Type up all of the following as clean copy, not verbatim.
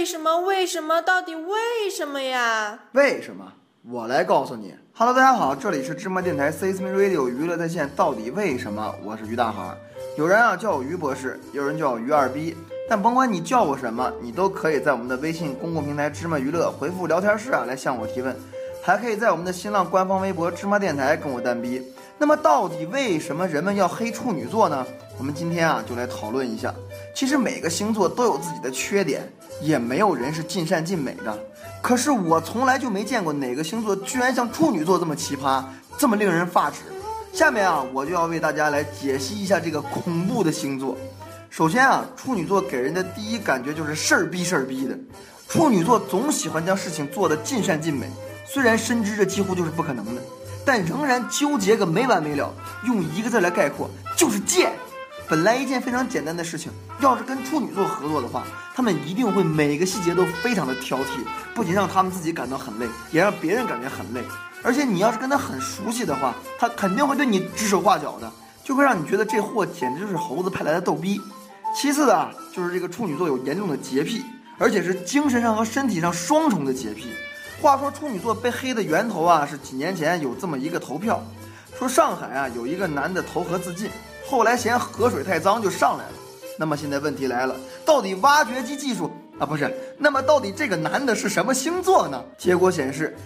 什么？为什么？到底为什么呀？ 为什么？我来告诉你。Hello， 大家好，这里是芝麻电台 Seismic Radio 娱乐在线。到底为什么？我是于大海。有人叫我于博士，有人叫我于二逼，但甭管你叫我什么，你都可以在我们的微信公共平台芝麻娱乐回复聊天室来向我提问，还可以在我们的新浪官方微博芝麻电台跟我单逼。那么到底为什么人们要黑处女座呢？我们今天就来讨论一下。其实每个星座都有自己的缺点，也没有人是尽善尽美的。可是我从来就没见过哪个星座居然像处女座这么奇葩，这么令人发指。下面我就要为大家来解析一下这个恐怖的星座。首先处女座给人的第一感觉就是事儿逼的。处女座总喜欢将事情做得尽善尽美，虽然深知这几乎就是不可能的，但仍然纠结个没完没了，用一个字来概括，就是贱。本来一件非常简单的事情，要是跟处女座合作的话，他们一定会每个细节都非常的挑剔，不仅让他们自己感到很累，也让别人感觉很累。而且你要是跟他很熟悉的话，他肯定会对你指手画脚的，就会让你觉得这货简直就是猴子派来的逗逼。其次就是这个处女座有严重的洁癖，而且是精神上和身体上双重的洁癖。话说处女座被黑的源头是几年前有这么一个投票，说上海有一个男的投河自尽，后来嫌河水太脏就上来了。那么现在问题来了，到底挖掘机技术那么到底这个男的是什么星座呢？结果显示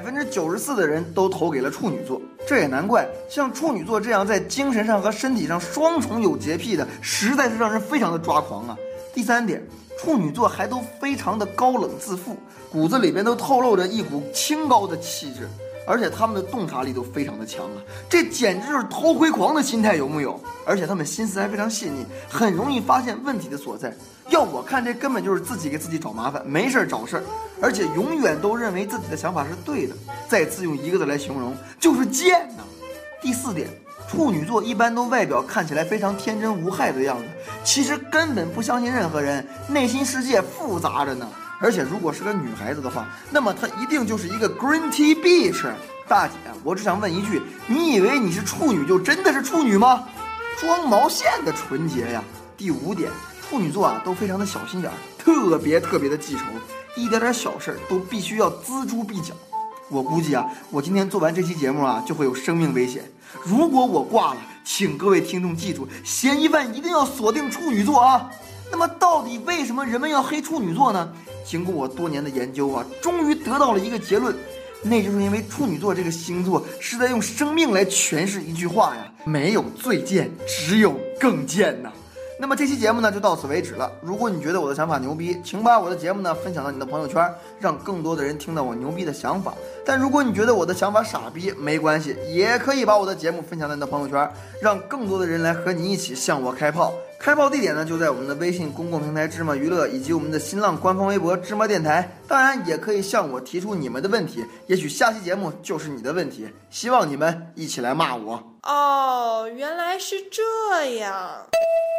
94%的人都投给了处女座。这也难怪，像处女座这样在精神上和身体上双重有洁癖的，实在是让人非常的抓狂啊。第三点，处女座还都非常的高冷自负，骨子里边都透露着一股清高的气质，而且他们的洞察力都非常的强这简直就是偷窥狂的心态，有木有？而且他们心思还非常细腻，很容易发现问题的所在。要我看，这根本就是自己给自己找麻烦，没事找事儿，而且永远都认为自己的想法是对的。再次用一个字来形容，就是贱呐。第四点，处女座一般都外表看起来非常天真无害的样子，其实根本不相信任何人，内心世界复杂着呢。而且如果是个女孩子的话，那么她一定就是一个 green tea bitch。大姐，我只想问一句，你以为你是处女就真的是处女吗？装毛线的纯洁呀！第五点，处女座都非常的小心眼，特别的记仇，一点小事都必须要锱铢必较。我估计我今天做完这期节目就会有生命危险。如果我挂了，请各位听众记住，嫌疑犯一定要锁定处女座那么到底为什么人们要黑处女座呢？经过我多年的研究终于得到了一个结论，那就是因为处女座这个星座是在用生命来诠释一句话没有最贱，只有更贱呐。那么这期节目就到此为止了。如果你觉得我的想法牛逼，请把我的节目分享到你的朋友圈，让更多的人听到我牛逼的想法。但如果你觉得我的想法傻逼，没关系，也可以把我的节目分享到你的朋友圈，让更多的人来和你一起向我开炮。开炮地点就在我们的微信公共平台芝麻娱乐，以及我们的新浪官方微博芝麻电台。当然也可以向我提出你们的问题，也许下期节目就是你的问题，希望你们一起来骂我。 原来是这样。